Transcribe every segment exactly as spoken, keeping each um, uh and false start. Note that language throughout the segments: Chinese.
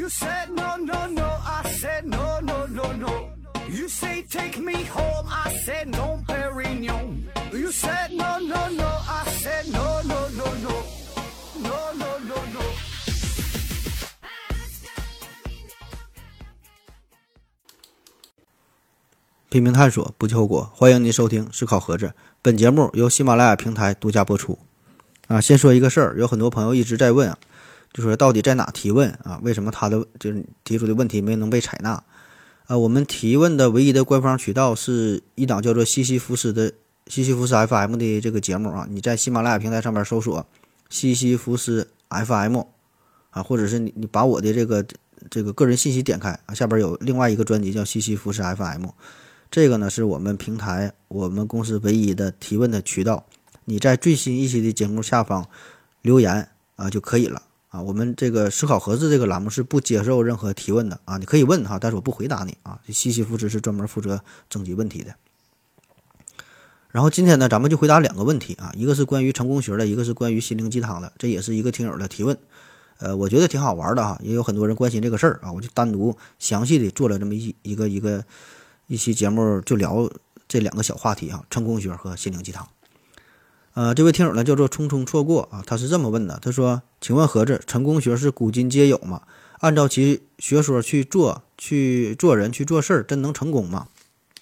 said no no no, I said no no no no. You say take me home, I said no, Perignon. You said no no no, I said no no no no, no no no no. 拼命探索，不计后果。欢迎您收听思考盒子，本节目由喜马拉雅平台独家播出。啊，先说一个事儿，有很多朋友一直在问啊，就说到底在哪提问啊？为什么他的就是提出的问题没能被采纳？啊，我们提问的唯一的官方渠道是一档叫做西西弗斯的西西弗斯 F M 的这个节目啊，你在喜马拉雅平台上面搜索西西弗斯 F M 啊，或者是你你把我的这个这个个人信息点开啊，下边有另外一个专辑叫西西弗斯 F M。这个呢是我们平台我们公司唯一的提问的渠道，你在最新一期的节目下方留言啊就可以了啊。我们这个思考盒子这个栏目是不接受任何提问的啊，你可以问哈，但是我不回答你啊。西西弗斯是专门负责征集问题的。然后今天呢，咱们就回答两个问题啊，一个是关于成功学的，一个是关于心灵鸡汤的，这也是一个听友的提问。呃，我觉得挺好玩的哈，也有很多人关心这个事儿啊，我就单独详细的做了这么一一个一个。一期节目就聊这两个小话题啊，成功学和心灵鸡汤。呃，这位听友呢叫做匆匆错过啊，他是这么问的，他说：“请问盒子，成功学是古今皆有吗？按照其学说去做、去做人、去做事儿，真能成功吗？”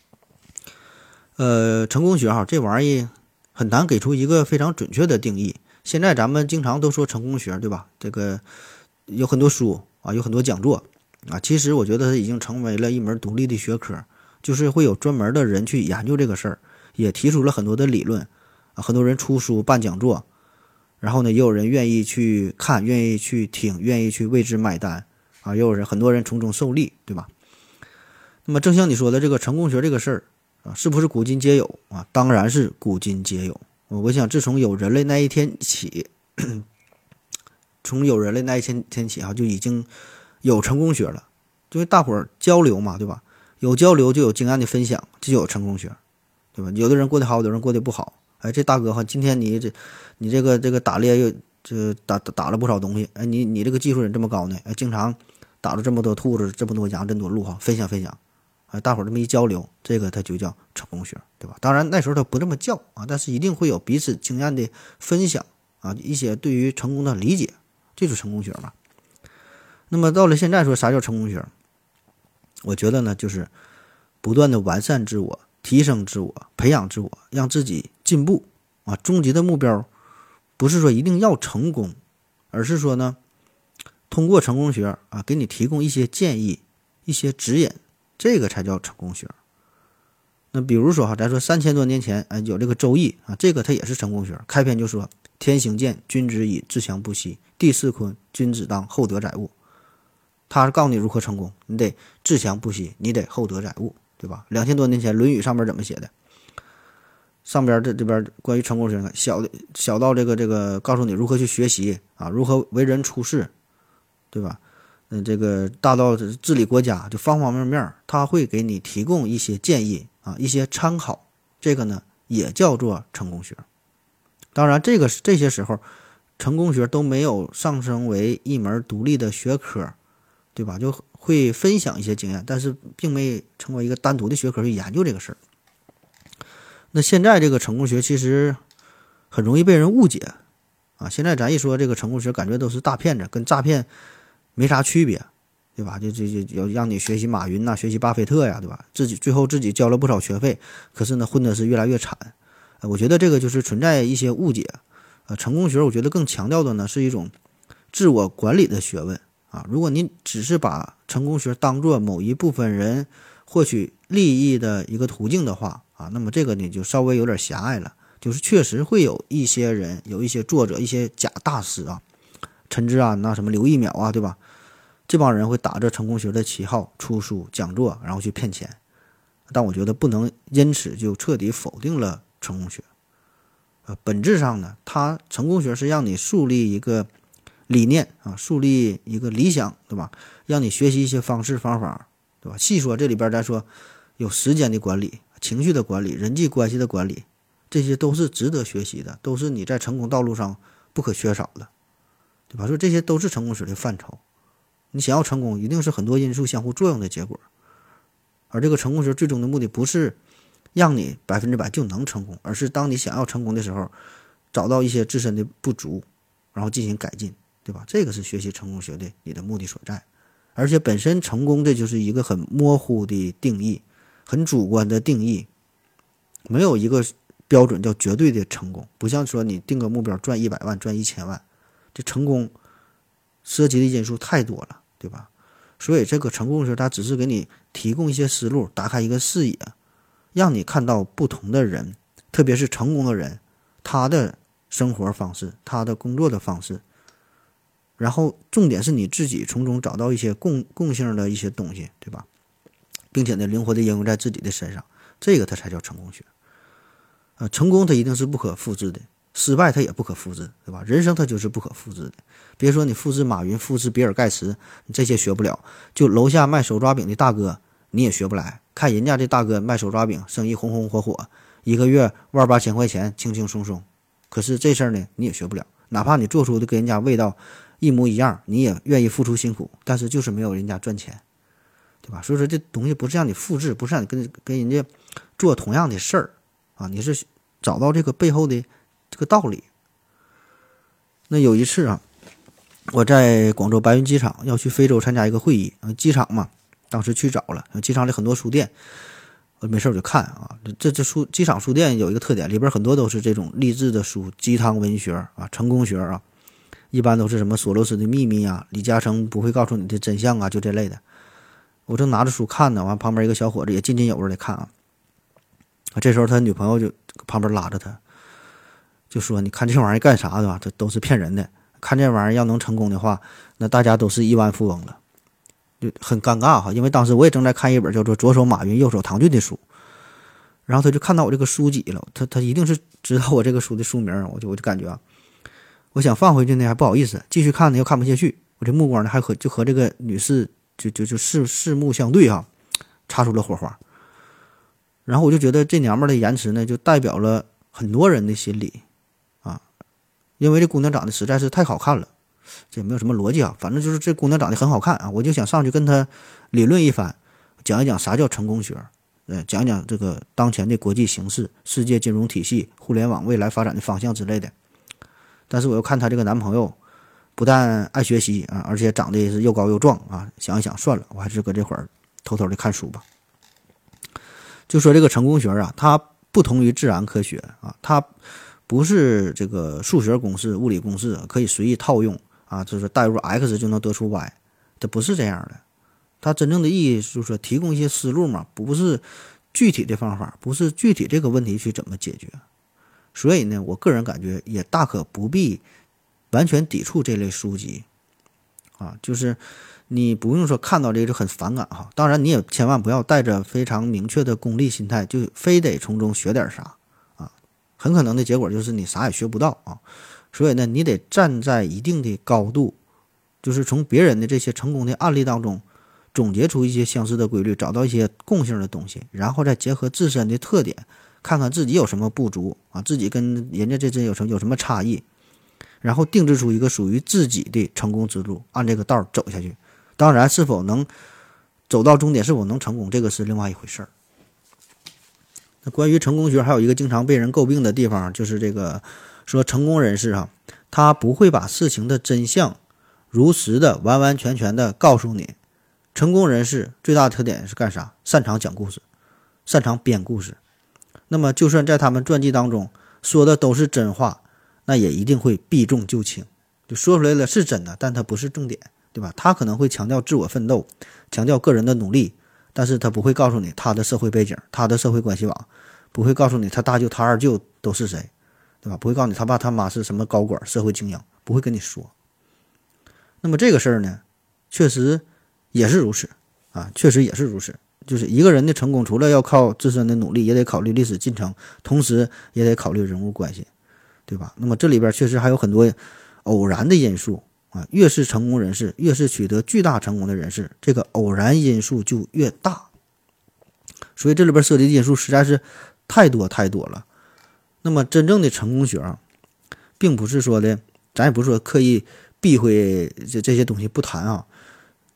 呃，成功学哈，这玩意儿很难给出一个非常准确的定义。现在咱们经常都说成功学，对吧？这个有很多书啊，有很多讲座啊，其实我觉得它已经成为了一门独立的学科。就是会有专门的人去研究这个事儿，也提出了很多的理论啊，很多人出书办讲座，然后呢，也有人愿意去看，愿意去听，愿意去为之买单啊，也有人很多人从中受利，对吧？那么正像你说的，这个成功学这个事儿啊，是不是古今皆有啊？当然是古今皆有。我想自从有人类那一天起，从有人类那一天天起啊，就已经有成功学了，因为大伙儿交流嘛，对吧？有交流就有经验的分享，就有成功学，对吧？有的人过得好，有的人过得不好。哎，这大哥哈，今天你这你这个这个打猎又这打打打了不少东西，哎，你你这个技术怎么这么高呢？哎，经常打了这么多兔子，这么多羊，这么多鹿哈，分享分享，哎，大伙儿这么一交流，这个他就叫成功学，对吧？当然那时候他不这么叫啊，但是一定会有彼此经验的分享啊，一些对于成功的理解，这就是成功学嘛。那么到了现在说啥叫成功学？我觉得呢，就是不断的完善自我，提升自我，培养自我，让自己进步啊。终极的目标不是说一定要成功，而是说呢，通过成功学啊，给你提供一些建议，一些指引，这个才叫成功学。那比如说哈，咱说三千多年前，哎，有这个周易啊，这个它也是成功学。开篇就说：“天行健，君子以自强不息；地势坤，君子当厚德载物。”他是告诉你如何成功，你得自强不息，你得厚德载物，对吧？两千多年前，《论语》上面怎么写的？上边这这边关于成功学，小的小到这个这个，告诉你如何去学习啊，如何为人处事，对吧？嗯，这个大到治理国家，就方方面面，他会给你提供一些建议啊，一些参考。这个呢，也叫做成功学。当然，这个这些时候，成功学都没有上升为一门独立的学科。对吧？就会分享一些经验，但是并没成为一个单独的学科去研究这个事儿。那现在这个成功学其实很容易被人误解啊！现在咱一说这个成功学，感觉都是大骗子，跟诈骗没啥区别，对吧？就就就要让你学习马云呐、啊，学习巴菲特呀，对吧？自己最后自己交了不少学费，可是呢，混的是越来越惨。呃，我觉得这个就是存在一些误解。呃，成功学我觉得更强调的呢是一种自我管理的学问。啊，如果你只是把成功学当作某一部分人获取利益的一个途径的话啊，那么这个你就稍微有点狭隘了。就是确实会有一些人，有一些作者，一些假大师啊，陈志安呐，什么刘一秒啊，对吧？这帮人会打着成功学的旗号出书讲座，然后去骗钱。但我觉得不能因此就彻底否定了成功学。呃，本质上呢，它成功学是让你树立一个理念啊，树立一个理想，对吧？让你学习一些方式方法，对吧？细说这里边咱说有时间的管理、情绪的管理、人际关系的管理，这些都是值得学习的，都是你在成功道路上不可缺少的，对吧？说这些都是成功学的范畴你想要成功，一定是很多因素相互作用的结果。而这个成功学最终的目的不是让你百分之百就能成功，而是当你想要成功的时候，找到一些自身的不足，然后进行改进，对吧？这个是学习成功学的你的目的所在。而且本身成功这就是一个很模糊的定义，很主观的定义，没有一个标准叫绝对的成功。不像说你定个目标赚一百万赚一千万，这成功涉及的因素太多了，对吧？所以这个成功学它只是给你提供一些思路，打开一个视野，让你看到不同的人，特别是成功的人，他的生活方式，他的工作的方式，然后重点是你自己从中找到一些共共性的一些东西，对吧？并且呢，灵活的应用在自己的身上，这个它才叫成功学。呃，成功它一定是不可复制的，失败它也不可复制，对吧？人生它就是不可复制的。别说你复制马云、复制比尔盖茨，你这些学不了，就楼下卖手抓饼的大哥你也学不来。看人家这大哥卖手抓饼，生意红红火火，一个月万八千块钱，轻轻松松。可是这事儿呢，你也学不了。哪怕你做出的跟人家味道一模一样，你也愿意付出辛苦，但是就是没有人家赚钱，对吧？所以说这东西不是让你复制，不是让你跟跟人家做同样的事儿啊，你是找到这个背后的这个道理。那有一次啊，我在广州白云机场要去非洲参加一个会议，机场嘛，当时去早了，机场里很多书店，我没事我就看啊，这这书机场书店有一个特点，里边很多都是这种励志的书，鸡汤文学啊，成功学啊，一般都是什么索罗斯的秘密啊，李嘉诚不会告诉你的真相啊，就这类的。我正拿着书看呢，完旁边一个小伙子也津津有味的看啊，这时候他女朋友就旁边拉着他，就说你看这玩意儿干啥的吧，这都是骗人的，看这玩意儿要能成功的话，那大家都是亿万富翁了。就很尴尬哈，因为当时我也正在看一本叫做《左手马云，右手唐骏》的书，然后他就看到我这个书籍了，他他一定是知道我这个书的书名，我就我就感觉啊，我想放回去呢，还不好意思继续看呢，又看不下去，我这目光呢还和就和这个女士就就就四四目相对哈，擦出了火花。然后我就觉得这娘们的言辞呢，就代表了很多人的心理啊，因为这姑娘长得实在是太好看了。这也没有什么逻辑啊，反正就是这姑娘长得很好看啊，我就想上去跟她理论一番，讲一讲啥叫成功学，呃，讲一讲这个当前的国际形势、世界金融体系、互联网未来发展的方向之类的。但是我又看她这个男朋友不但爱学习啊，而且长得是又高又壮啊，想一想算了，我还是搁这会儿偷偷的看书吧。就说这个成功学啊，它不同于自然科学啊，它不是这个数学公式、物理公式可以随意套用。啊，就是代入 x 就能得出 y， 这不是这样的。它真正的意义就是说提供一些思路嘛，不是具体的方法，不是具体这个问题去怎么解决。所以呢，我个人感觉也大可不必完全抵触这类书籍啊，就是你不用说看到这个就很反感哈。当然你也千万不要带着非常明确的功利心态，就非得从中学点啥啊，很可能的结果就是你啥也学不到啊。所以呢，你得站在一定的高度，就是从别人的这些成功的案例当中总结出一些相似的规律，找到一些共性的东西，然后再结合自身的特点，看看自己有什么不足啊，自己跟人家这真有什么有什么差异，然后定制出一个属于自己的成功之路，按这个道走下去。当然，是否能走到终点，是否能成功，这个是另外一回事儿。那关于成功学，还有一个经常被人诟病的地方，就是这个。说成功人士啊，他不会把事情的真相如实的完完全全的告诉你。成功人士最大的特点是干啥？擅长讲故事，擅长编故事。那么就算在他们传记当中说的都是真话，那也一定会避重就轻，就说出来了是真的，但它不是重点，对吧？他可能会强调自我奋斗，强调个人的努力，但是他不会告诉你他的社会背景，他的社会关系网，不会告诉你他大舅他二舅都是谁，对吧？不会告诉你他爸他妈是什么高管、社会精英，不会跟你说。那么这个事儿呢，确实也是如此啊，确实也是如此。就是一个人的成功，除了要靠自身的努力，也得考虑历史进程，同时也得考虑人物关系，对吧？那么这里边确实还有很多偶然的因素啊。越是成功人士，越是取得巨大成功的人士，这个偶然因素就越大。所以这里边涉及的因素实在是太多太多了。那么真正的成功学啊，并不是说的，咱也不是说刻意避讳这这些东西不谈啊。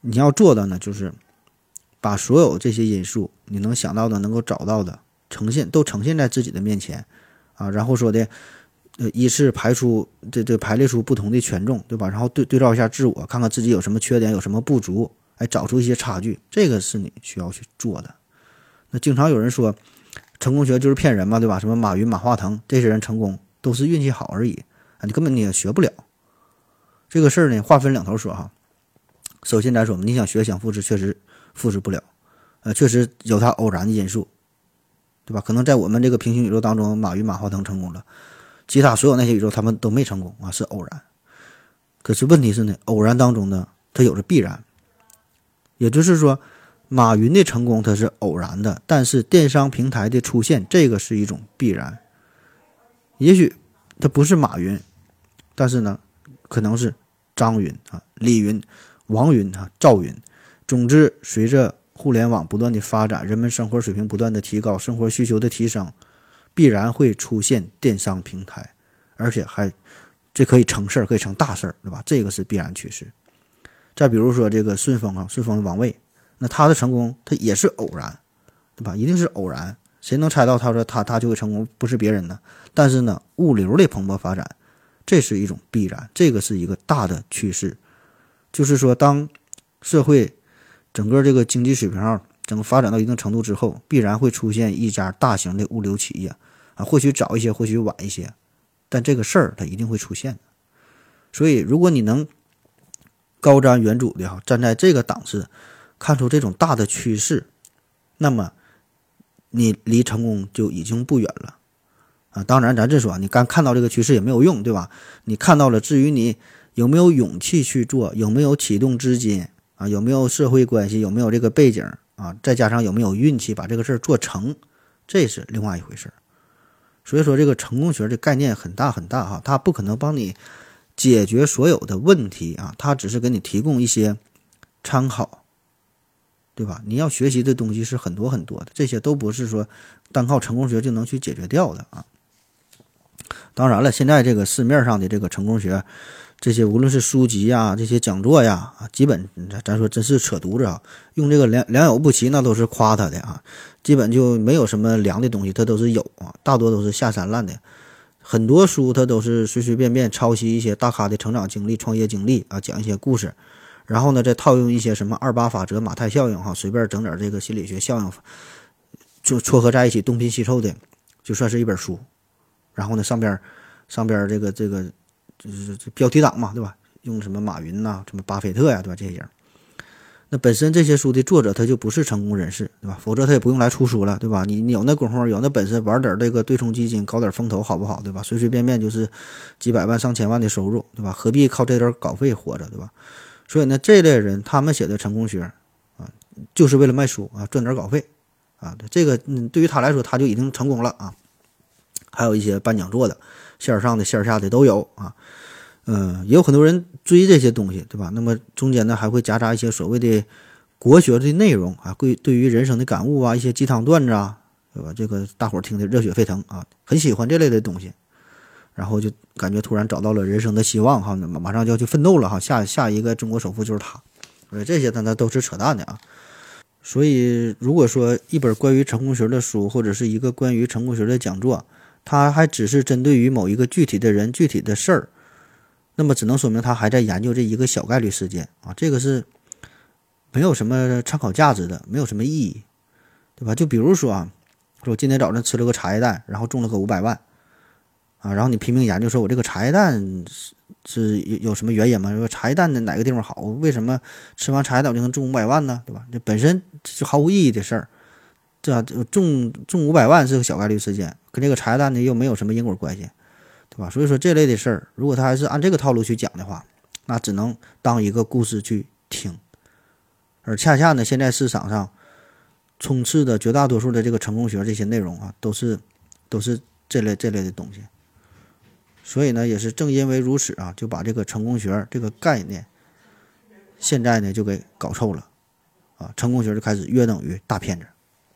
你要做的呢，就是把所有这些因素你能想到的、能够找到的呈现都呈现在自己的面前啊，然后说的，呃，依次排出这这排列出不同的权重，对吧？然后对对照一下自我，看看自己有什么缺点，有什么不足，哎，找出一些差距，这个是你需要去做的。那经常有人说，成功学就是骗人嘛，对吧？什么马云、马化腾这些人成功都是运气好而已啊，你根本你也学不了。这个事儿呢，话分两头说哈。首先来说，你想学想复制，确实复制不了，呃，确实有它偶然的因素，对吧？可能在我们这个平行宇宙当中，马云、马化腾成功了，其他所有那些宇宙他们都没成功啊，是偶然。可是问题是呢，偶然当中呢，它有着必然，也就是说，马云的成功它是偶然的，但是电商平台的出现，这个是一种必然。也许它不是马云，但是呢，可能是张云啊、李云、王云啊、赵云。总之，随着互联网不断的发展，人们生活水平不断的提高，生活需求的提升，必然会出现电商平台，而且还这可以成事儿，可以成大事儿，对吧？这个是必然趋势。再比如说这个顺丰啊，顺丰的王卫，那他的成功他也是偶然，对吧？一定是偶然，谁能猜到他说他他就会成功，不是别人呢？但是呢，物流的蓬勃发展，这是一种必然，这个是一个大的趋势。就是说，当社会整个这个经济水平整个发展到一定程度之后，必然会出现一家大型的物流企业啊，或许早一些，或许晚一些，但这个事儿它一定会出现的。所以，如果你能高瞻远瞩的哈，站在这个档次，看出这种大的趋势，那么你离成功就已经不远了啊。当然，咱这说，你刚看到这个趋势也没有用，对吧？你看到了，至于你有没有勇气去做，有没有启动资金啊，有没有社会关系，有没有这个背景啊，再加上有没有运气把这个事儿做成，这是另外一回事。所以说，这个成功学的概念很大很大哈，它不可能帮你解决所有的问题啊，它只是给你提供一些参考，对吧？你要学习的东西是很多很多的，这些都不是说单靠成功学就能去解决掉的啊。当然了，现在这个市面上的这个成功学，这些无论是书籍呀、这些讲座呀，啊，基本咱说真是扯犊子啊！用这个良良莠不齐，那都是夸他的啊，基本就没有什么良的东西，它都是有啊，大多都是下三滥的。很多书它都是随随便便抄袭一些大咖的成长经历、创业经历啊，讲一些故事，然后呢再套用一些什么二八法则、马太效应哈，随便整点这个心理学效应，就撮合在一起，东拼西凑的，就算是一本书。然后呢，上边上边这个这个就是标题党嘛，对吧？用什么马云呐、啊，什么巴菲特呀、啊，对吧？这些人，那本身这些书的作者他就不是成功人士，对吧？否则他也不用来出书了，对吧？你你有那功夫，有那本事，玩点这个对冲基金，搞点风投，好不好？对吧？随随便便就是几百万、上千万的收入，对吧？何必靠这点稿费活着，对吧？所以呢，这类人他们写的成功学啊，就是为了卖书啊，赚点稿费啊。这个嗯，对于他来说，他就已经成功了啊。还有一些办讲座的，线上的线下的都有啊，嗯，也有很多人追这些东西，对吧？那么中间呢还会夹杂一些所谓的国学的内容啊，对对于人生的感悟啊，一些鸡汤段子啊，对吧？这个大伙儿听得热血沸腾啊，很喜欢这类的东西，然后就感觉突然找到了人生的希望哈，马上就要去奋斗了哈，下下一个中国首富就是他，所以这些呢都是扯淡的啊。所以如果说一本关于成功学的书，或者是一个关于成功学的讲座，他还只是针对于某一个具体的人、具体的事儿，那么只能说明他还在研究这一个小概率事件啊，这个是没有什么参考价值的，没有什么意义，对吧？就比如说啊，说我今天早上吃了个茶叶蛋，然后中了个五百万啊，然后你拼命研究说我这个茶叶蛋是是有有什么原因吗？说茶叶蛋的哪个地方好？为什么吃完茶叶蛋我就能中五百万呢？对吧？这本身是毫无意义的事儿。这中中五百万是个小概率事件，跟这个茶叶蛋呢又没有什么因果关系，对吧？所以说这类的事儿，如果他还是按这个套路去讲的话，那只能当一个故事去听。而恰恰呢，现在市场上充斥的绝大多数的这个成功学这些内容啊，都是都是这类这类的东西。所以呢，也是正因为如此啊，就把这个成功学这个概念，现在呢就给搞臭了啊，成功学就开始约等于大骗子。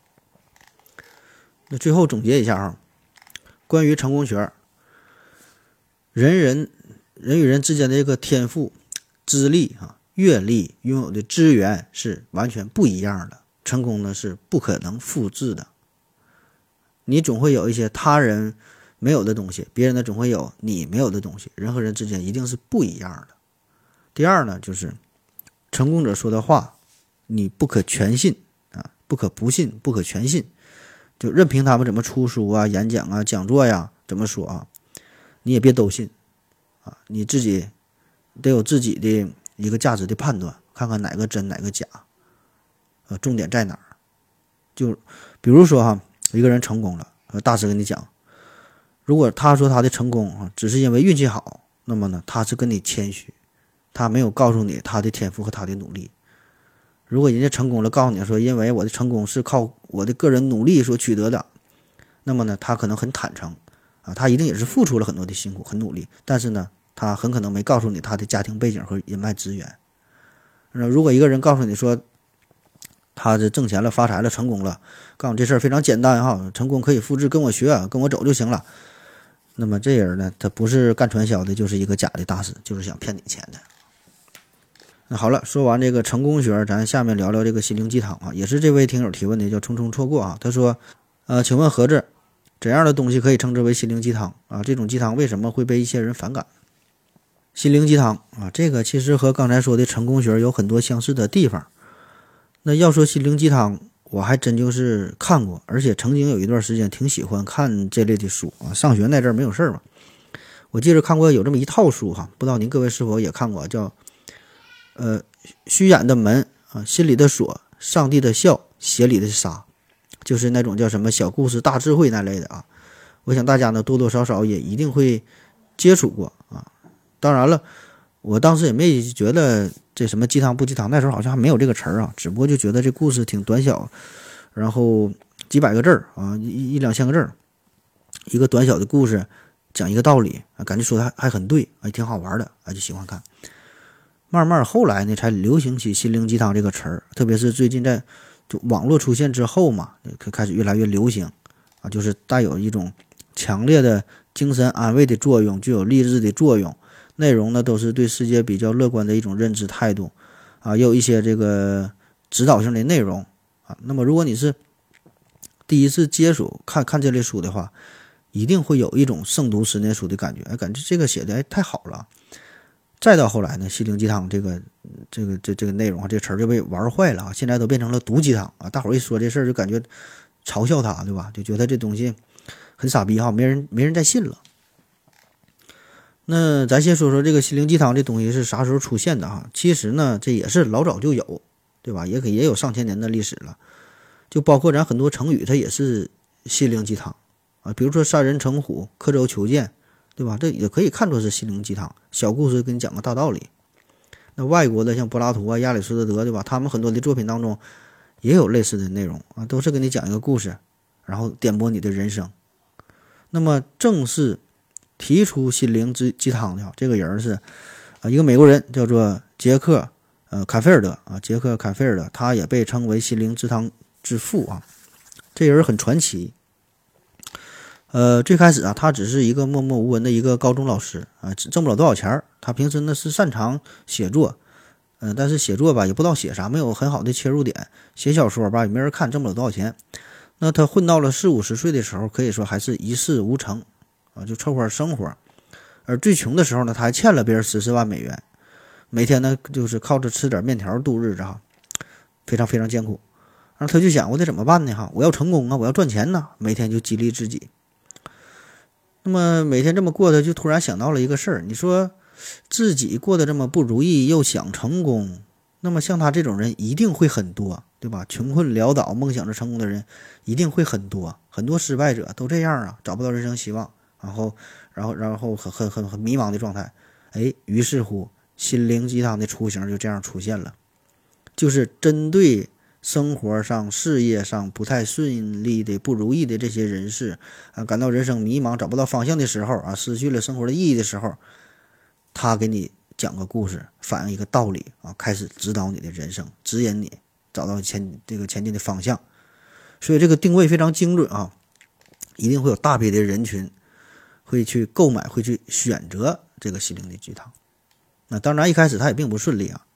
那最后总结一下啊，关于成功学，人人人与人之间的这个天赋、资历啊、 阅历、拥有的资源是完全不一样的，成功呢是不可能复制的。你总会有一些他人没有的东西，别人呢总会有你没有的东西，人和人之间一定是不一样的。第二呢，就是成功者说的话你不可全信啊，不可不信，不可全信，就任凭他们怎么出书啊、演讲啊、讲座呀怎么说啊，你也别都信啊，你自己得有自己的一个价值的判断，看看哪个真哪个假，呃，重点在哪儿？就比如说哈，一个人成功了，大师跟你讲，如果他说他的成功啊只是因为运气好，那么呢，他是跟你谦虚，他没有告诉你他的天赋和他的努力。如果人家成功了，告诉你说因为我的成功是靠我的个人努力所取得的，那么呢，他可能很坦诚啊，他一定也是付出了很多的辛苦，很努力，但是呢，他很可能没告诉你他的家庭背景和人脉资源。那如果一个人告诉你说他是挣钱了、发财了、成功了，告诉你这事儿非常简单哈，成功可以复制，跟我学，跟我走就行了。那么这人呢，他不是干传销的，就是一个假的大师，就是想骗你钱的。那好了，说完这个成功学，咱下面聊聊这个心灵鸡汤啊，也是这位听友提问的，叫匆匆错过啊。他说，呃，请问盒子，怎样的东西可以称之为心灵鸡汤啊？这种鸡汤为什么会被一些人反感？心灵鸡汤啊，这个其实和刚才说的成功学有很多相似的地方。那要说心灵鸡汤，我还真就是看过，而且曾经有一段时间挺喜欢看这类的书啊。上学那阵儿没有事儿嘛，我记得看过有这么一套书哈，不知道您各位是否也看过，叫呃虚掩的门啊，心里的锁，上帝的笑，鞋里的沙，就是那种叫什么小故事大智慧那类的啊。我想大家呢多多少少也一定会接触过啊。当然了，我当时也没觉得这什么鸡汤不鸡汤，那时候好像还没有这个词儿啊，只不过就觉得这故事挺短小，然后几百个字儿啊，一一两千个字儿，一个短小的故事讲一个道理啊，感觉说的还还很对，还挺好玩的啊，就喜欢看。慢慢后来呢，才流行起心灵鸡汤这个词儿，特别是最近在就网络出现之后嘛，开始越来越流行啊，就是带有一种强烈的精神安慰的作用，具有励志的作用。内容呢都是对世界比较乐观的一种认知态度啊，也有一些这个指导性的内容啊。那么如果你是第一次接触看看这类书的话，一定会有一种胜读十年书的感觉，哎，感觉这个写的哎太好了。再到后来呢，心灵鸡汤这个这个这这个内容啊，这词儿就被玩坏了啊，现在都变成了毒鸡汤啊。大伙儿一说这事儿就感觉嘲笑他，对吧？就觉得这东西很傻逼哈，没人没人再信了。那咱先说说这个心灵鸡汤这东西是啥时候出现的哈？其实呢，这也是老早就有，对吧？也可也有上千年的历史了。就包括咱很多成语，它也是心灵鸡汤啊，比如说三人成虎、刻舟求剑，对吧？这也可以看作是心灵鸡汤，小故事给你讲个大道理。那外国的像柏拉图啊、亚里士多德，对吧？他们很多的作品当中也有类似的内容啊，都是给你讲一个故事，然后颠簸你的人生。那么正是提出心灵之鸡汤的这个人是啊，一个美国人，叫做杰克呃坎菲尔德啊，杰克坎菲尔德，他也被称为心灵鸡汤之父啊。这人很传奇。呃，最开始啊，他只是一个默默无闻的一个高中老师啊，挣不了多少钱。他平时呢是擅长写作，嗯、呃，但是写作吧也不知道写啥，没有很好的切入点。写小说吧也没人看，挣不了多少钱。那他混到了四五十岁的时候，可以说还是一事无成。啊，就凑合生活，而最穷的时候呢，他还欠了别人十四万美元，每天呢就是靠着吃点面条度日子哈，非常非常艰苦。然后他就想，我得怎么办呢？哈，我要成功啊，我要赚钱呢，每天就激励自己。那么每天这么过的，就突然想到了一个事儿，你说自己过得这么不如意，又想成功，那么像他这种人一定会很多，对吧？穷困潦倒，梦想着成功的人一定会很多，很多失败者都这样啊，找不到人生希望。然后，然后，然后很很很很迷茫的状态，哎，于是乎，心灵鸡汤的雏形就这样出现了，就是针对生活上、事业上不太顺利的、不如意的这些人士啊，感到人生迷茫、找不到方向的时候啊，失去了生活的意义的时候，他给你讲个故事，反映一个道理啊，开始指导你的人生，指引你找到前这个前进的方向。所以这个定位非常精准啊，一定会有大批的人群会去购买，会去选择这个心灵的鸡汤。那当然一开始他也并不顺利啊，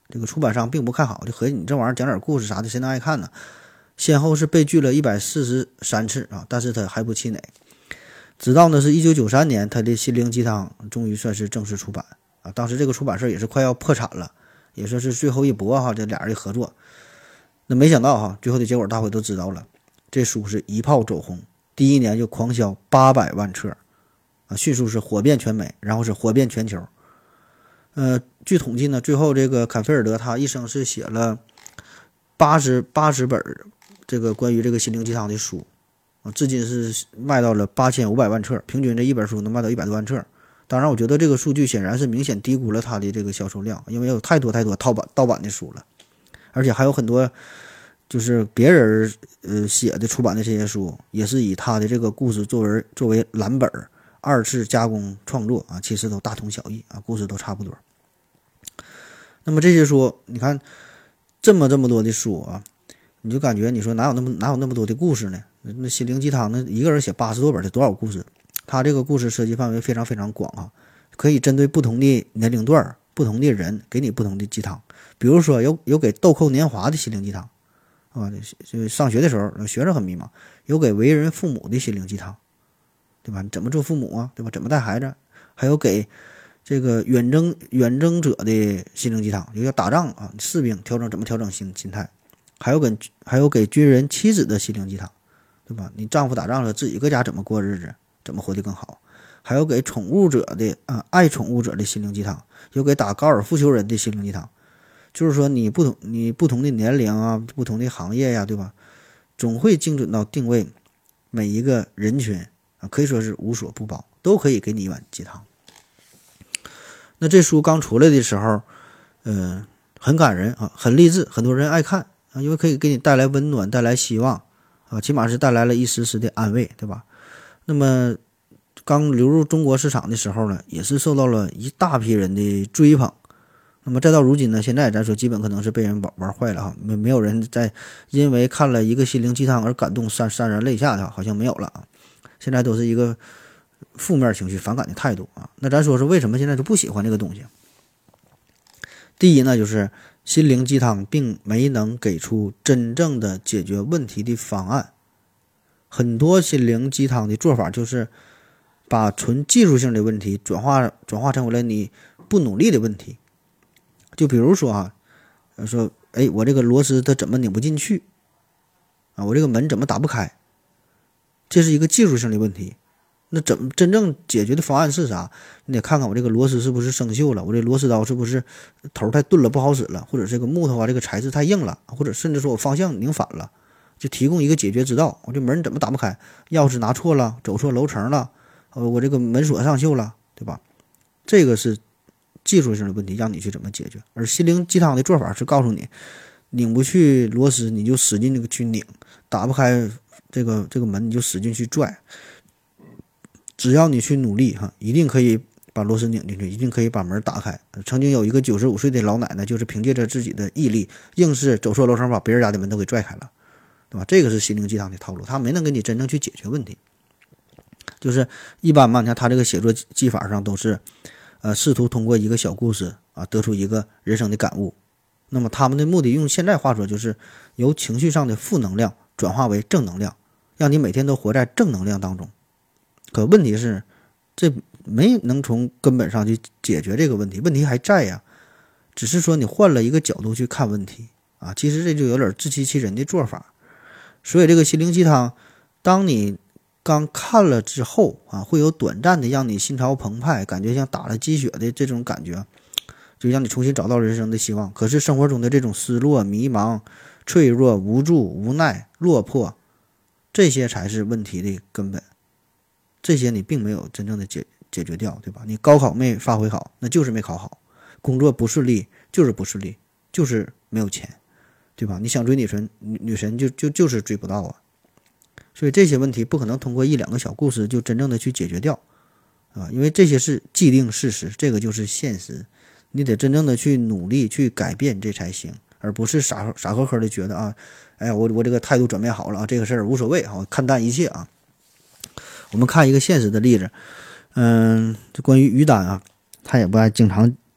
这个出版商并不看好，就合计你这玩意儿讲点故事啥的，谁能爱看呢？先后是被拒了一百四十三次啊，但是他还不气馁。直到呢是一九九三年，他的心灵鸡汤终于算是正式出版啊。当时这个出版社也是快要破产了，也算是最后一搏哈，这俩人的合作。那没想到哈，最后的结果大伙都知道了，这书是一炮走红，第一年就狂销八百万册啊，迅速是火遍全美，然后是火遍全球。呃，据统计呢，最后这个坎菲尔德他一生是写了八十八十本这个关于这个心灵鸡汤的书啊，至今是卖到了八千五百万册，平均这一本书能卖到一百多万册。当然，我觉得这个数据显然是明显低估了他的这个销售量，因为有太多太多盗版盗版的书了，而且还有很多就是别人呃写的出版的这些书，也是以他的这个故事作为作为蓝本，二次加工创作啊，其实都大同小异啊，故事都差不多。那么这些书，你看这么这么多的书啊，你就感觉你说哪有那么哪有那么多的故事呢？那心灵鸡汤那一个人写八十多本的多少故事？他这个故事涉及范围非常非常广啊，可以针对不同的年龄段、不同的人，给你不同的鸡汤。比如说有有给豆蔻年华的心灵鸡汤啊，就上学的时候学生很迷茫，有给为人父母的心灵鸡汤，对吧？怎么做父母啊，对吧？怎么带孩子？还有给这个远征远征者的心灵鸡汤，就要打仗啊，士兵调整怎么调整心心态。还有给还有给军人妻子的心灵鸡汤，对吧？你丈夫打仗了，自己搁家怎么过日子，怎么活得更好？还有给宠物者的啊，爱宠物者的心灵鸡汤，有给打高尔夫球人的心灵鸡汤。就是说，你不同你不同的年龄啊，不同的行业呀、啊，对吧？总会精准到定位每一个人群啊，可以说是无所不包，都可以给你一碗鸡汤。那这书刚出来的时候，嗯、呃，很感人啊，很励志，很多人爱看啊，因为可以给你带来温暖，带来希望啊，起码是带来了一丝丝的安慰，对吧？那么刚流入中国市场的时候呢，也是受到了一大批人的追捧。那么再到如今呢，现在咱说基本可能是被人玩玩坏了哈，没没有人在因为看了一个心灵鸡汤而感动潸潸然泪下的，好像没有了啊。现在都是一个负面情绪、反感的态度啊。那咱说说为什么现在就不喜欢这个东西？第一呢，就是心灵鸡汤并没能给出真正的解决问题的方案。很多心灵鸡汤的做法就是把纯技术性的问题转化转化成为了你不努力的问题。就比如说啊，说哎，我这个螺丝它怎么拧不进去啊？我这个门怎么打不开？这是一个技术性的问题。那怎么真正解决的方案是啥？你得看看我这个螺丝是不是生锈了，我这螺丝刀是不是头太钝了不好使了，或者这个木头啊这个材质太硬了，或者甚至说我方向拧反了，就提供一个解决之道。我这门怎么打不开？钥匙拿错了，走错楼层了，呃，我这个门锁上锈了，对吧？这个是技术性的问题，让你去怎么解决。而心灵鸡汤的做法是告诉你，拧不去螺丝你就使劲去拧，打不开这个这个门你就使劲去拽，只要你去努力哈，一定可以把螺丝拧进去，一定可以把门打开。曾经有一个九十五岁的老奶奶，就是凭借着自己的毅力，硬是走错楼层把别人家的门都给拽开了，对吧？这个是心灵鸡汤的套路，他没能给你真正去解决问题。就是一般嘛，你看他这个写作技法上都是呃，试图通过一个小故事啊，得出一个人生的感悟。那么他们的目的，用现在话说，就是由情绪上的负能量转化为正能量，让你每天都活在正能量当中。可问题是，这没能从根本上去解决这个问题，问题还在呀，只是说你换了一个角度去看问题啊。其实这就有点自欺欺人的做法。所以这个心灵鸡汤，当你刚看了之后啊，会有短暂的让你心潮澎湃，感觉像打了鸡血的这种感觉，就让你重新找到人生的希望。可是生活中的这种失落、迷茫、脆弱、无助、无奈、落魄，这些才是问题的根本。这些你并没有真正的解解决掉，对吧？你高考没发挥好，那就是没考好；工作不顺利，就是不顺利，就是没有钱，对吧？你想追女神，女女神就就就是追不到啊。所以这些问题不可能通过一两个小故事就真正的去解决掉啊，因为这些是既定事实，这个就是现实，你得真正的去努力去改变这才行，而不是傻傻呵呵的觉得啊，哎呀，我我这个态度转变好了啊，这个事儿无所谓啊，看淡一切啊。我们看一个现实的例子，嗯，这关于于丹啊，他也不爱经常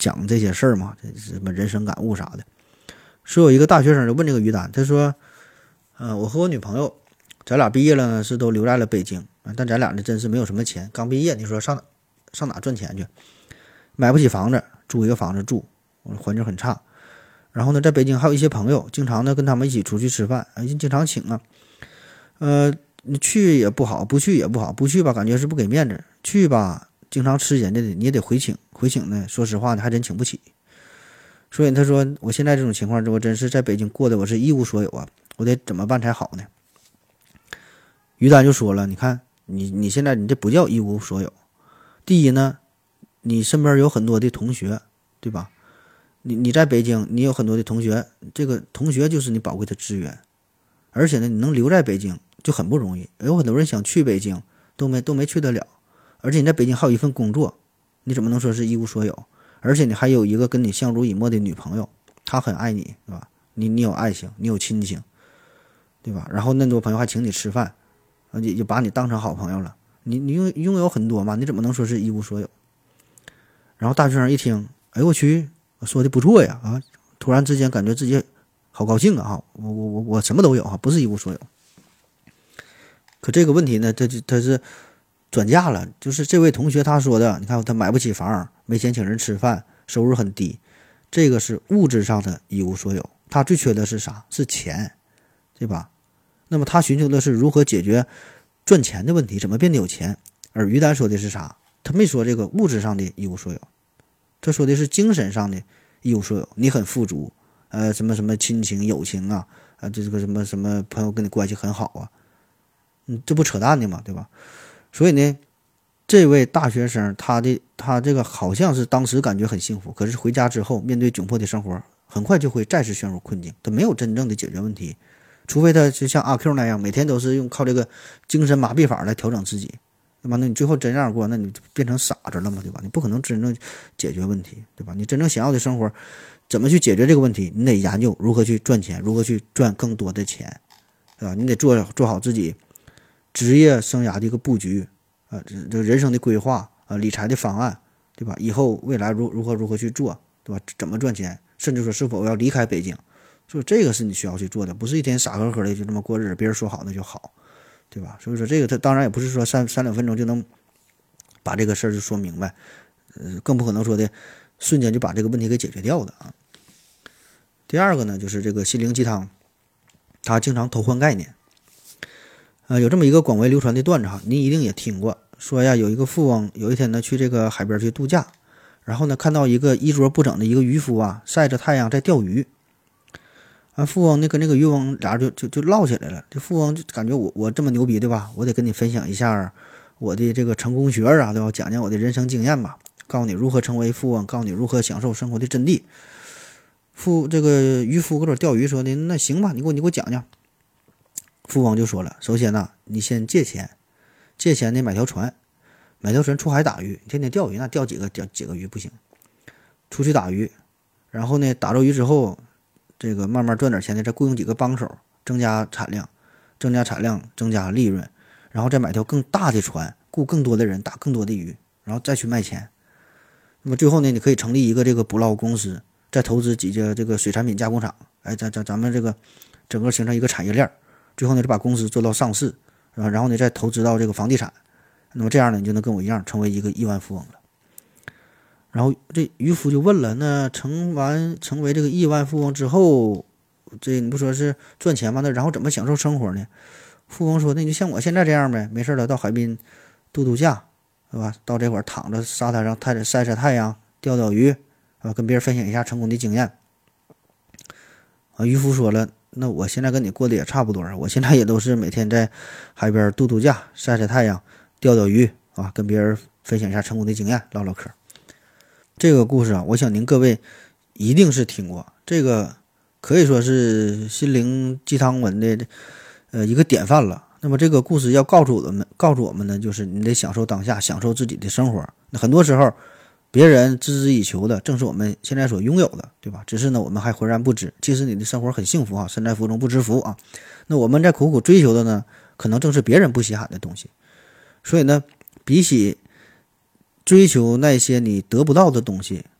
讲这些事儿嘛，这什么人生感悟啥的。说有一个大学生就问这个于丹，他说，呃，我和我女朋友，咱俩毕业了呢，是都留在了北京，但咱俩呢真是没有什么钱，刚毕业，你说上上哪赚钱去？买不起房子，租一个房子住，环境很差。然后呢，在北京还有一些朋友，经常呢跟他们一起出去吃饭，啊，经常请啊。呃，你去也不好，不去也不好，不去吧感觉是不给面子，去吧经常吃人家的，你也得回请，回请呢，说实话呢还真请不起。所以他说，我现在这种情况，我真是在北京过的我是一无所有啊，我得怎么办才好呢？于丹就说了，你看你你现在你这不叫一无所有，第一呢，你身边有很多的同学，对吧？你你在北京，你有很多的同学，这个同学就是你宝贵的资源，而且呢，你能留在北京就很不容易。有很多人想去北京，都没都没去得了。而且你在北京还有一份工作，你怎么能说是一无所有？而且你还有一个跟你相濡以沫的女朋友，她很爱你，对吧？你你有爱情，你有亲情，对吧？然后那么多朋友还请你吃饭，也就把你当成好朋友了。你你拥拥有很多嘛，你怎么能说是一无所有？然后大学生一听，哎我去。说的不错呀啊！突然之间感觉自己好高兴啊！哈，我我我我什么都有哈，不是一无所有。可这个问题呢，他他是转嫁了，就是这位同学他说的，你看他买不起房，没钱请人吃饭，收入很低，这个是物质上的一无所有。他最缺的是啥？是钱，对吧？那么他寻求的是如何解决赚钱的问题，怎么变得有钱。而于丹说的是啥？他没说这个物质上的一无所有。他说的是精神上的一无所有，你很富足，呃，什么什么亲情、友情啊，啊，这个什么什么朋友跟你关系很好啊，嗯，这不扯淡的嘛，对吧？所以呢，这位大学生他的他这个好像是当时感觉很幸福，可是回家之后面对窘迫的生活，很快就会再次陷入困境，他没有真正的解决问题，除非他就像阿 Q 那样，每天都是用靠这个精神麻痹法来调整自己。对吧？那你最后真这样过，那你变成傻子了嘛？对吧？你不可能真正解决问题，对吧？你真正想要的生活，怎么去解决这个问题？你得研究如何去赚钱，如何去赚更多的钱，对吧？你得做做好自己职业生涯的一个布局啊，这这人生的规划啊，理财的方案，对吧？以后未来如如何如何去做，对吧？怎么赚钱，甚至说是否要离开北京，所以这个是你需要去做的，不是一天傻呵呵的就这么过日子，别人说好那就好。对吧？所以说这个他当然也不是说三三两分钟就能把这个事儿就说明白，呃，更不可能说的瞬间就把这个问题给解决掉的啊。第二个呢，就是这个心灵鸡汤，他经常偷换概念。呃，有这么一个广为流传的段子哈，您一定也听过，说呀，有一个富翁有一天呢去这个海边去度假，然后呢看到一个衣着不整的一个渔夫啊，晒着太阳在钓鱼。啊，富翁那跟那个渔翁俩就就就唠起来了。这富翁就感觉我我这么牛逼，对吧？我得跟你分享一下我的这个成功学啊，对吧？讲讲我的人生经验吧，告诉你如何成为富翁，告诉你如何享受生活的真谛。富这个渔夫搁这钓鱼说的，那行吧，你给我你给我讲讲。富翁就说了，首先呢，你先借钱，借钱呢买条船，买条船出海打鱼，天天钓鱼，那钓几个钓几个鱼不行，出去打鱼，然后呢打着鱼之后。这个慢慢赚点钱的，再雇佣几个帮手，增加产量，增加产量，增加利润，然后再买条更大的船，雇更多的人，打更多的鱼，然后再去卖钱。那么最后呢，你可以成立一个这个捕捞公司，再投资几家这个水产品加工厂，哎，咱咱咱们这个整个形成一个产业链。最后呢，就把公司做到上市，然后呢再投资到这个房地产。那么这样呢，你就能跟我一样成为一个亿万富翁了。然后这渔夫就问了，那成完成为这个亿万富翁之后，这你不说是赚钱吗？那然后怎么享受生活呢？富翁说，那你就像我现在这样呗，没事了到海滨度度假，对吧？到这会儿躺着沙滩上太晒晒太阳，钓钓鱼，啊，跟别人分享一下成功的经验。啊，渔夫说了，那我现在跟你过得也差不多，我现在也都是每天在海边度度假，晒晒太阳，钓钓鱼，啊，跟别人分享一下成功的经验，唠唠嗑。这个故事啊，我想您各位一定是听过，这个可以说是心灵鸡汤文的呃一个典范了。那么这个故事要告诉我们，告诉我们呢，就是你得享受当下，享受自己的生活。那很多时候，别人孜孜以求的，正是我们现在所拥有的，对吧？只是呢，我们还浑然不知。其实你的生活很幸福啊，身在福中不知福啊。那我们在苦苦追求的呢，可能正是别人不稀罕的东西。所以呢，比起追求那些你得不到的东西，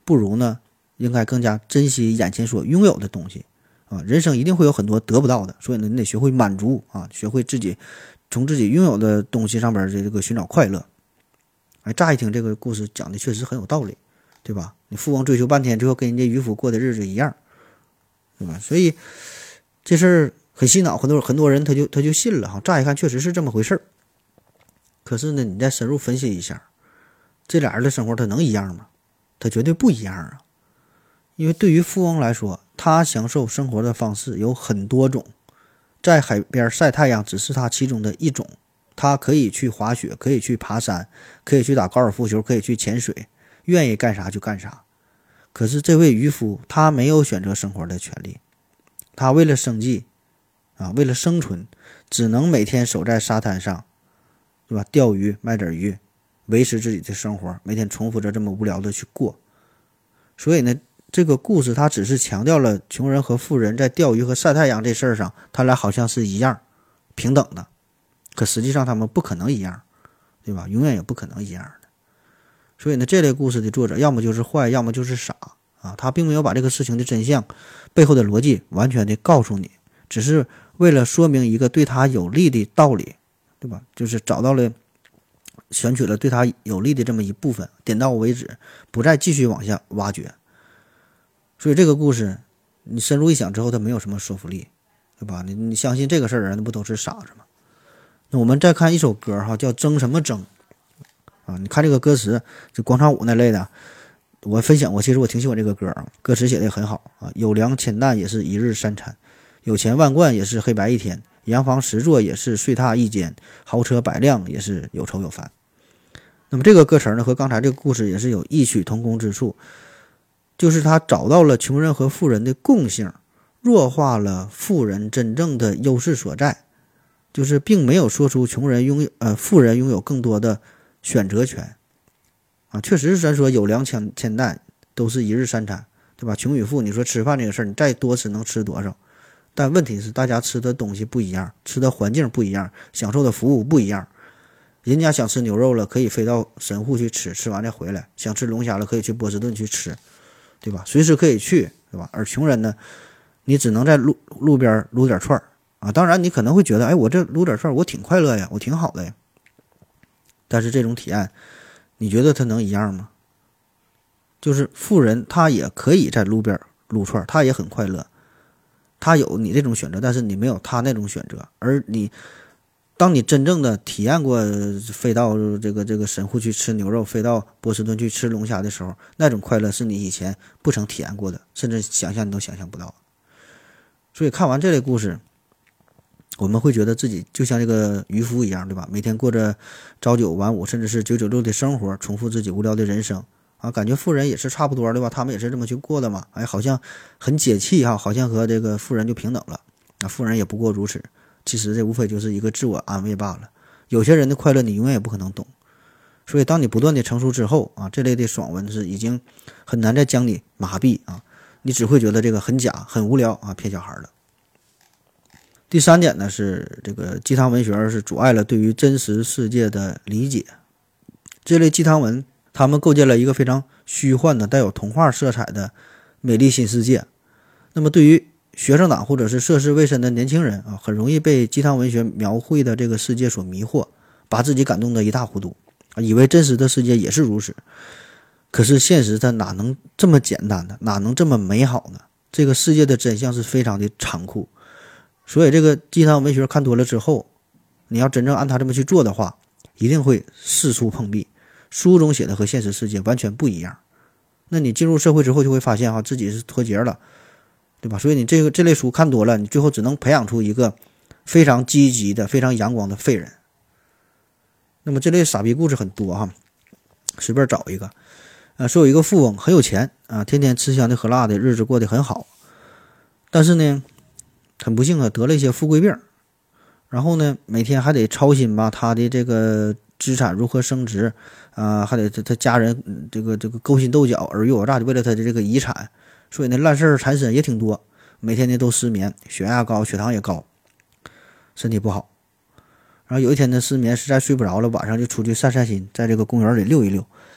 不如呢应该更加珍惜眼前所拥有的东西啊。人生一定会有很多得不到的，所以呢你得学会满足啊，学会自己从自己拥有的东西上边这个寻找快乐。哎，乍一听这个故事讲的确实很有道理，对吧？你富翁追求半天，最后跟人家渔夫过的日子一样，对吧？所以这事儿很洗脑，很多很多人他就他就信了哈。乍一看确实是这么回事儿，可是呢，你再深入分析一下，这俩人的生活他能一样吗？他绝对不一样啊！因为对于富翁来说，他享受生活的方式有很多种，在海边晒太阳只是他其中的一种。他可以去滑雪，可以去爬山，可以去打高尔夫球，可以去潜水，愿意干啥就干啥。可是这位渔夫他没有选择生活的权利，他为了生计啊，为了生存，只能每天守在沙滩上，对吧？钓鱼卖点鱼，维持自己的生活，每天重复着这么无聊的去过。所以呢，这个故事它只是强调了穷人和富人在钓鱼和晒太阳这事儿上，他俩好像是一样平等的。可实际上他们不可能一样，对吧？永远也不可能一样的。所以呢，这类故事的作者要么就是坏，要么就是傻啊。他并没有把这个事情的真相背后的逻辑完全的告诉你，只是为了说明一个对他有利的道理，对吧？就是找到了选取了对他有利的这么一部分，点到为止，不再继续往下挖掘。所以这个故事你深入一想之后，它没有什么说服力，对吧？你你相信这个事儿的人不都是傻子吗？那我们再看一首歌哈，叫争什么争啊？你看这个歌词，就广场舞那类的，我分享过，其实我挺喜欢这个歌啊，歌词写的也很好啊。有粮千担也是一日三餐，有钱万贯也是黑白一天，洋房十座也是睡榻一间，豪车百辆也是有愁有烦。那么这个歌词呢，和刚才这个故事也是有异曲同工之处，就是他找到了穷人和富人的共性，弱化了富人真正的优势所在。就是并没有说出穷人拥有呃富人拥有更多的选择权啊，确实是咱说有粮千千担都是一日三餐，对吧？穷与富，你说吃饭这个事儿，你再多吃能吃多少？但问题是大家吃的东西不一样，吃的环境不一样，享受的服务不一样。人家想吃牛肉了，可以飞到神户去吃，吃完再回来；想吃龙虾了，可以去波士顿去吃，对吧？随时可以去，对吧？而穷人呢，你只能在路路边撸点串儿。啊，当然你可能会觉得，哎，我这撸点串我挺快乐呀，我挺好的呀。但是这种体验，你觉得它能一样吗？就是富人他也可以在路边撸串，他也很快乐，他有你这种选择，但是你没有他那种选择。而你，当你真正的体验过飞到这个这个神户去吃牛肉，飞到波士顿去吃龙虾的时候，那种快乐是你以前不曾体验过的，甚至想象你都想象不到。所以看完这类故事，我们会觉得自己就像这个渔夫一样，对吧？每天过着朝九晚五，甚至是九九六的生活，重复自己无聊的人生啊。感觉富人也是差不多，对吧？他们也是这么去过的嘛。哎，好像很解气哈，好像和这个富人就平等了。啊，富人也不过如此。其实这无非就是一个自我安慰罢了。有些人的快乐你永远也不可能懂。所以当你不断的成熟之后啊，这类的爽文是已经很难再将你麻痹啊，你只会觉得这个很假、很无聊啊，骗小孩了。第三点呢，是这个鸡汤文学是阻碍了对于真实世界的理解。这类鸡汤文他们构建了一个非常虚幻的带有童话色彩的美丽新世界。那么对于学生党或者是涉世未深的年轻人啊，很容易被鸡汤文学描绘的这个世界所迷惑，把自己感动得一塌糊涂啊，以为真实的世界也是如此。可是现实它哪能这么简单呢？哪能这么美好呢？这个世界的真相是非常的残酷。所以这个鸡汤文学看多了之后，你要真正按他这么去做的话，一定会四处碰壁。书中写的和现实世界完全不一样。那你进入社会之后就会发现哈，自己是脱节了，对吧？所以你这个这类书看多了，你最后只能培养出一个非常积极的、非常阳光的废人。那么这类傻逼故事很多哈，随便找一个。呃，说有一个富翁很有钱啊，天天吃香的喝辣的，日子过得很好。但是呢，很不幸啊，得了一些富贵病，然后呢，每天还得操心吧，他的这个资产如何升值啊、呃，还得他他家人、嗯、这个这个勾心斗角、尔虞我诈的，为了他的这个遗产，所以呢烂事儿缠身也挺多，每天呢都失眠，血压高，血糖也高，身体不好。然后有一天呢失眠实在睡不着了，晚上就出去散散心，在这个公园里溜一溜，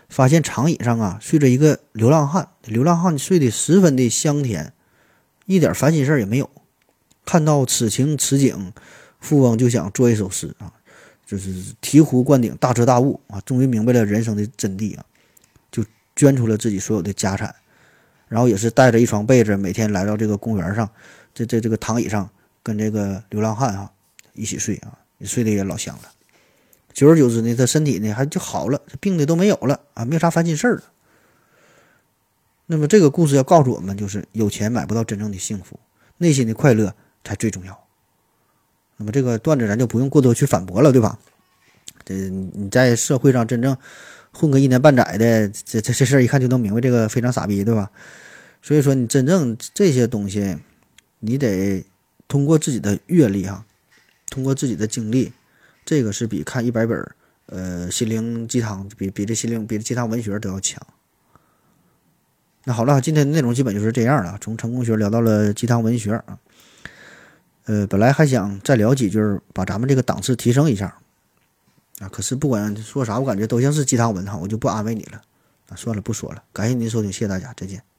发现长椅上啊睡着一个流浪汉，流浪汉睡得十分的香甜，一点烦心事儿也没有。看到此情此景，富翁就想做一首诗啊，就是醍醐灌顶，大彻大悟啊，终于明白了人生的真谛啊，就捐出了自己所有的家产，然后也是带着一床被子，每天来到这个公园上，这这这个躺椅上，跟这个流浪汉啊一起睡啊，睡得也老香了。久而久之呢，他身体呢还就好了，病的都没有了啊，没有啥烦心事儿了。那么这个故事要告诉我们，就是有钱买不到真正的幸福，内心的快乐才最重要。那么这个段子咱就不用过多去反驳了，对吧？这你在社会上真正混个一年半载的，这这这事儿一看就能明白，这个非常傻逼，对吧？所以说你真正这些东西，你得通过自己的阅历哈，通过自己的经历，这个是比看一百本呃心灵鸡汤，比比这心灵比这鸡汤文学都要强。那好了，今天的内容基本就是这样了，从成功学聊到了鸡汤文学啊。呃，本来还想再聊几句，把咱们这个档次提升一下啊，可是不管说啥，我感觉都像是鸡汤文哈，我就不安慰你了啊。算了，不说了，感谢您收听，谢谢大家，再见。